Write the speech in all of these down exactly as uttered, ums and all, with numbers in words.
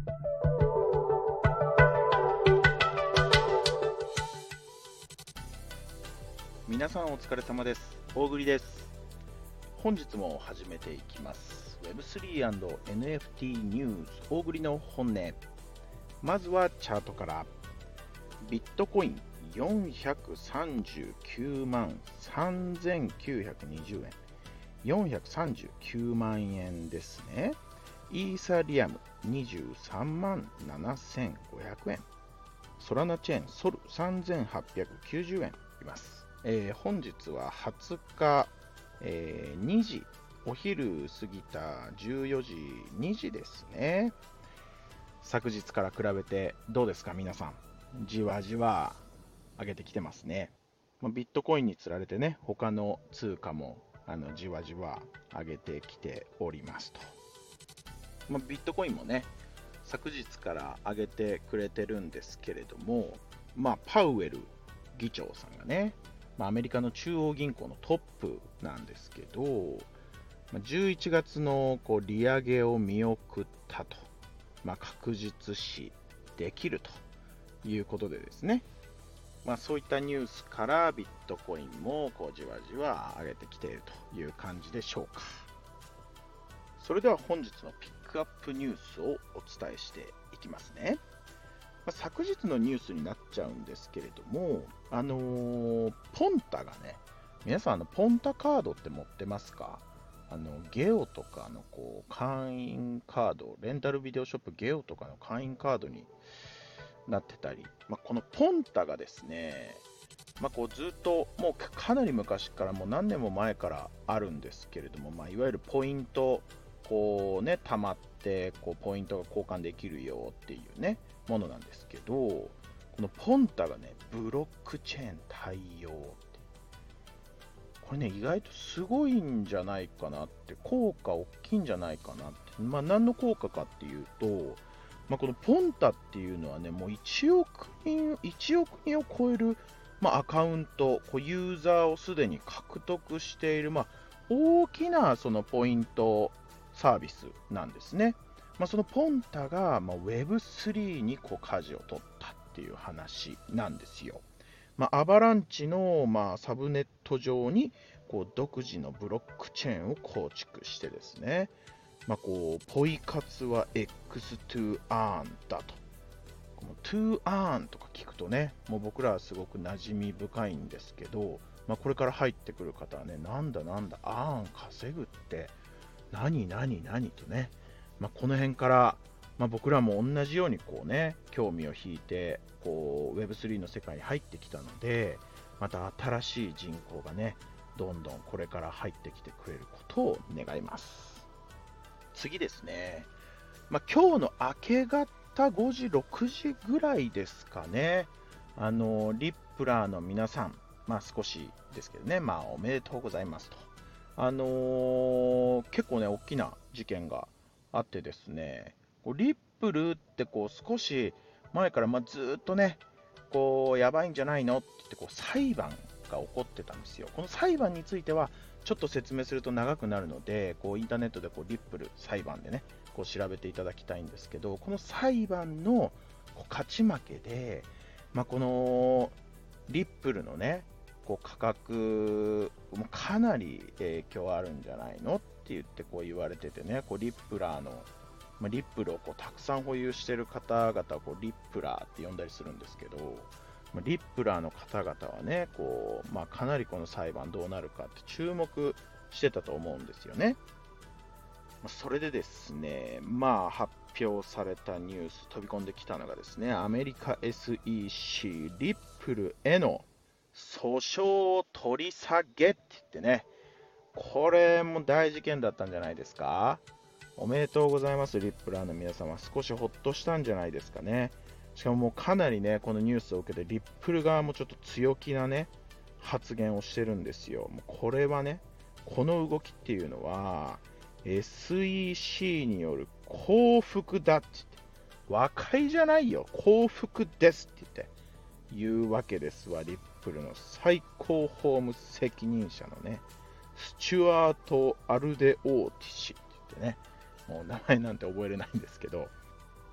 皆さんお疲れ様です。大栗です。本日も始めていきます。ウェブスリーアンドエヌエフティー ニュース大栗の本音。まずはチャートから。ビットコインよんひゃくさんじゅうきゅうまんさんぜんきゅうひゃくにじゅうえん、よんひゃくさんじゅうきゅうまんえんですね。イーサリアムにじゅうさんまんななせんごひゃくえん、ソラナチェーンソルさんぜんはっぴゃくきゅうじゅうえんいます。えー、本日ははつか、えー、にじ、お昼過ぎたじゅうよじにじですね。昨日から比べてどうですか皆さん。じわじわ上げてきてますね。まあ、ビットコインにつられてね、他の通貨もあのじわじわ上げてきておりますと。まあ、ビットコインもね、昨日から上げてくれてるんですけれども、まあ、パウエル議長さんがね、まあ、アメリカの中央銀行のトップなんですけど、じゅういちがつのこう利上げを見送ったと、まあ、確実視できるということでですね、まあ、そういったニュースからビットコインもこうじわじわ上げてきているという感じでしょうか。それでは本日のピックアップニュースをお伝えしていきますね。まあ、昨日のニュースになっちゃうんですけれども、あのー、ポンタがね、皆さんあのポンタカードって持ってますか？あのゲオとかのこう会員カード、レンタルビデオショップゲオとかの会員カードになってたり、まあ、このポンタがですね、まあ、こうずっともうかなり昔からもう何年も前からあるんですけれども、まあ、いわゆるポイントこうね溜まってこうポイントが交換できるよっていうねものなんですけど、このポンタがねブロックチェーン対応って、これね意外とすごいんじゃないかなって、効果大きいんじゃないかなって、まあ何の効果かっていうと、まあ、このポンタっていうのはね、もういちおくにん、いちおくにんを超える、まあ、アカウント、こうユーザーをすでに獲得している、まあ、大きなそのポイントサービスなんですね。まあ、そのポンタが、まあ、ウェブスリー にこう舵を取ったっていう話なんですよ。まあ、アバランチの、まあ、サブネット上にこう独自のブロックチェーンを構築してですね、まあ、こうポイ活は X to Earn だと。この to Earn とか聞くとね、もう僕らはすごく馴染み深いんですけど、まあ、これから入ってくる方はね、なんだなんだ、Earn 稼ぐって、何何何とね、まあ、この辺から、まあ、僕らも同じようにこうね、興味を引いて、こう ウェブスリー の世界に入ってきたので、また新しい人口がね、どんどんこれから入ってきてくれることを願います。次ですね、まあ、今日の明け方ごじ、ろくじぐらいですかね、あのリップラーの皆さん、まあ、少しですけどね、まあ、おめでとうございますと。あのー結構ね、大きな事件があってですね、こうリップルってこう少し前から、まあ、ずーっとね、こうやばいんじゃないのって言ってこう裁判が起こってたんですよ。この裁判についてはちょっと説明すると長くなるので、こうインターネットでこうリップル裁判でね、こう調べていただきたいんですけど、この裁判のこう勝ち負けで、まあ、このリップルのね、こう価格もかなり影響あるんじゃないのって言ってこう言われててね、こうリップラーの、まあ、リップルをこうたくさん保有している方々をこうリップラーって呼んだりするんですけど、まあ、リップラーの方々はね、こうまあ、かなりこの裁判どうなるかって注目してたと思うんですよね。それでですね、まあ発表されたニュース飛び込んできたのがですね、アメリカ エスイーシー リップルへの訴訟取り下げって言ってね、これも大事件だったんじゃないですか。おめでとうございます、リップラーの皆様。少しほっとしたんじゃないですかね。しかももうかなりね、このニュースを受けて、リップル側もちょっと強気なね、発言をしてるんですよ。もうこれはね、この動きっていうのは、エスイーシー による降伏だって言って、和解じゃないよ、降伏ですって言って、言うわけですわ。リップルの最高法務責任者のね、スチュアート・アルデオーティ氏って言ってね、もう名前なんて覚えれないんですけど、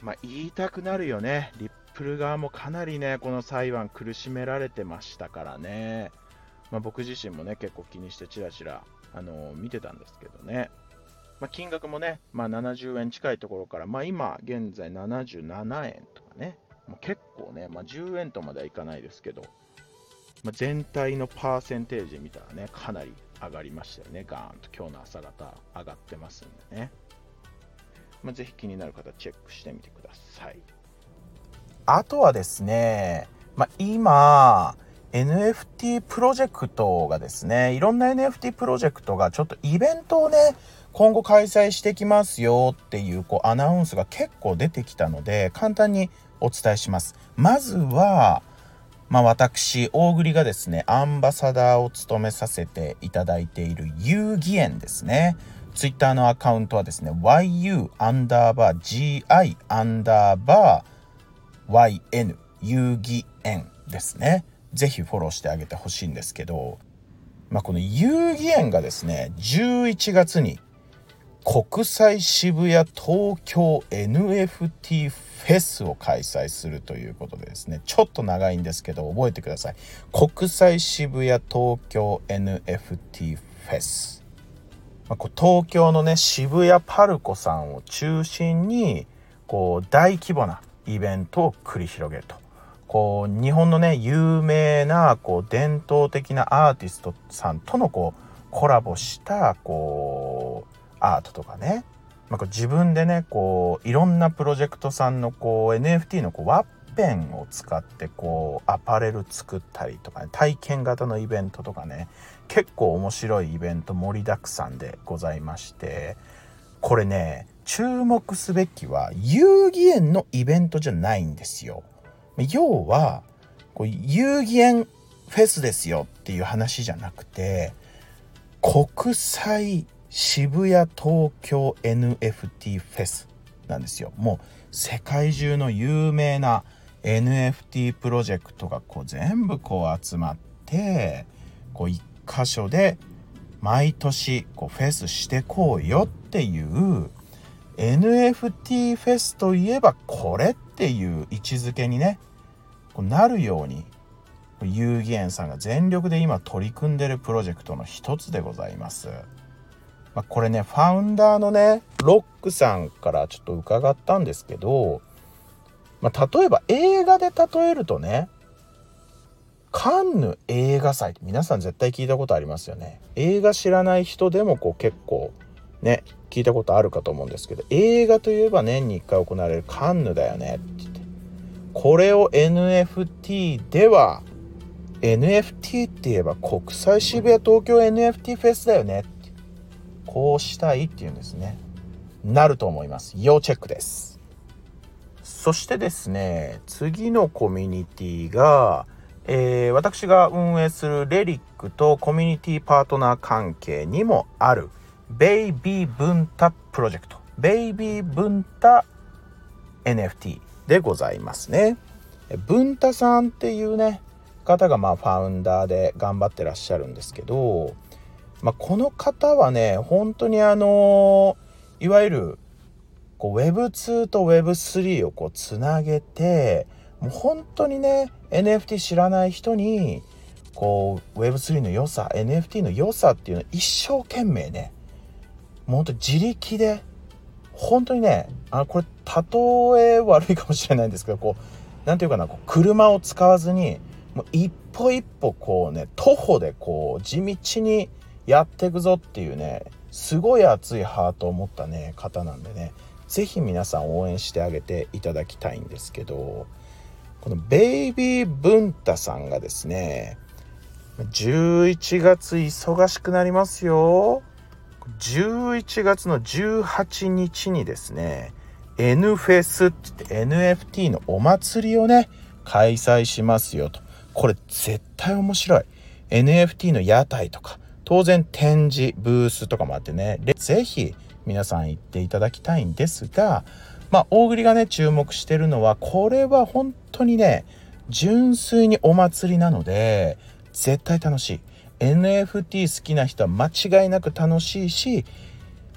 まあ、言いたくなるよね。リップル側もかなりね、この裁判苦しめられてましたからね。まあ、僕自身もね、結構気にしてチラチラ、あのー見てたんですけどね。まあ、金額もね、まあ、ななじゅうえん近いところから、まあ、今現在ななじゅうななえんとかね、もう結構ね、まあ、じゅうえんとまではいかないですけど、まあ、全体のパーセンテージ見たらね、かなり上がりましたよね。ガーンと今日の朝方上がってますんでね。まあ、ぜひ気になる方チェックしてみてください。あとはですね、まあ、今 エヌエフティー プロジェクトがですね、いろんな エヌエフティー プロジェクトがちょっとイベントをね、今後開催してきますよっていうこうアナウンスが結構出てきたので、簡単にお伝えします。まずは、まあ、私大栗がですね、アンバサダーを務めさせていただいている遊戯園ですね。ツイッターのアカウントはですね、ワイユー アンダーバー ジーアイ アンダーバー ワイエヌ 遊戯園ですね。ぜひフォローしてあげてほしいんですけど、まあ、この遊戯園がですね、じゅういちがつに国際渋谷東京 エヌエフティー フェスを開催するということでですね、ちょっと長いんですけど覚えてください。国際渋谷東京 エヌエフティー フェス、まあ、こう東京のね渋谷パルコさんを中心にこう大規模なイベントを繰り広げると、こう日本のね有名なこう伝統的なアーティストさんとのこうコラボしたこうアートとかね、まあ、こう自分でねこういろんなプロジェクトさんのこう エヌエフティー のこうワッペンを使ってこうアパレル作ったりとか、ね、体験型のイベントとかね、結構面白いイベント盛りだくさんでございまして、これね注目すべきは遊戯園のイベントじゃないんですよ。要はこう遊戯園フェスですよっていう話じゃなくて、国際渋谷東京 エヌエフティー フェスなんですよ。もう世界中の有名な エヌエフティー プロジェクトがこう全部こう集まってこう一箇所で毎年こうフェスしてこうよっていう エヌエフティー フェスといえばこれっていう位置づけにねこうなるように遊戯園さんが全力で今取り組んでるプロジェクトの一つでございます。まあ、これねファウンダーのねロックさんからちょっと伺ったんですけど、まあ、例えば映画で例えるとね、カンヌ映画祭って皆さん絶対聞いたことありますよね。映画知らない人でもこう結構ね聞いたことあるかと思うんですけど、映画といえば年にいっかい行われるカンヌだよねって言って、これを エヌエフティー では エヌエフティー って言えば国際渋谷東京 エヌエフティー フェスだよねって、こうしたいっていうんですね。なると思います。要チェックです。そしてですね、次のコミュニティが、えー、私が運営するレリックとコミュニティパートナー関係にもあるベイビー文太プロジェクト、ベイビー文太 エヌエフティー でございますね。文太さんっていうね方がまあファウンダーで頑張ってらっしゃるんですけど、まあ、この方はね本当にあのいわゆるこう ウェブツー と ウェブスリー をこうつなげて、もう本当にね エヌエフティー 知らない人にこう ウェブスリー の良さ エヌエフティー の良さっていうのを一生懸命ねもう本当自力で本当にねあこれ例え悪いかもしれないんですけど、こうなんていうかなこう車を使わずにもう一歩一歩こうね徒歩でこう地道にやっていくぞっていうねすごい熱いハートを持ったね方なんでね、ぜひ皆さん応援してあげていただきたいんですけど、このベイビー文太さんがですねじゅういちがつ忙しくなりますよ。じゅういちがつのじゅうはちにちにですね N フェスって言って エヌエフティー のお祭りをね開催しますよと。これ絶対面白い。 エヌエフティー の屋台とか当然展示ブースとかもあってね、ぜひ皆さん行っていただきたいんですが、まあ大栗がね注目してるのはこれは本当にね純粋にお祭りなので絶対楽しい。 エヌエフティー 好きな人は間違いなく楽しいし、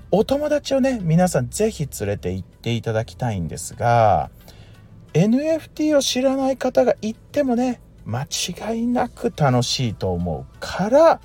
お友達をね皆さんぜひ連れて行っていただきたいんですが、 エヌエフティー を知らない方が行ってもね間違いなく楽しいと思うから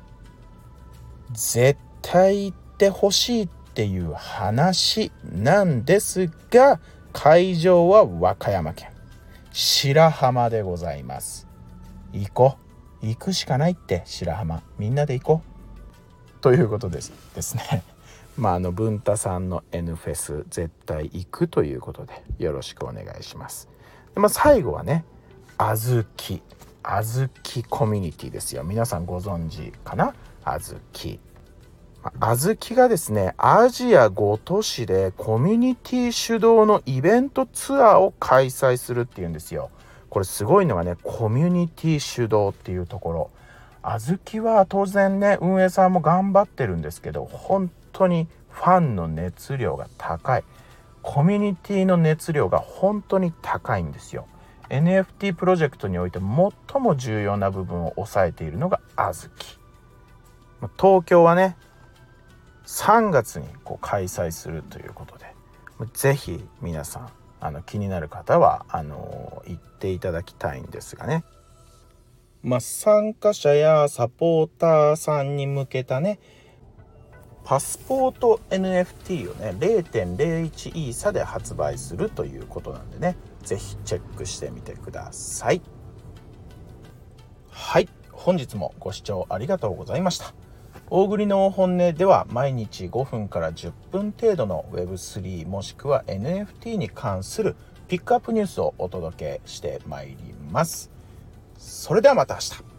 絶対行ってほしいっていう話なんですが、会場は和歌山県白浜でございます。行こう、行くしかないって、白浜みんなで行こうということですですね。まああの文太さんの N フェス絶対行くということでよろしくお願いします。で、まあ、最後はねあずきあずきコミュニティですよ。皆さんご存知かな。あずきあずきがですねアジアご都市でコミュニティ主導のイベントツアーを開催するっていうんですよ。これすごいのがねコミュニティ主導っていうところ。あずきは当然ね運営さんも頑張ってるんですけど、本当にファンの熱量が高い、コミュニティの熱量が本当に高いんですよ。 エヌエフティー プロジェクトにおいて最も重要な部分を抑えているのがあずき。東京はねさんがつにこう開催するということで、ぜひ皆さんあの気になる方はあの行っていただきたいんですがね、まあ、参加者やサポーターさんに向けたねパスポート エヌエフティー をね れいてんれいいち イーサで発売するということなんでね、ぜひチェックしてみてください。はい、本日もご視聴ありがとうございました。大栗の本音では毎日ごふんからじゅっぷん程度の ウェブスリー もしくは エヌエフティー に関するピックアップニュースをお届けしてまいります。それではまた明日。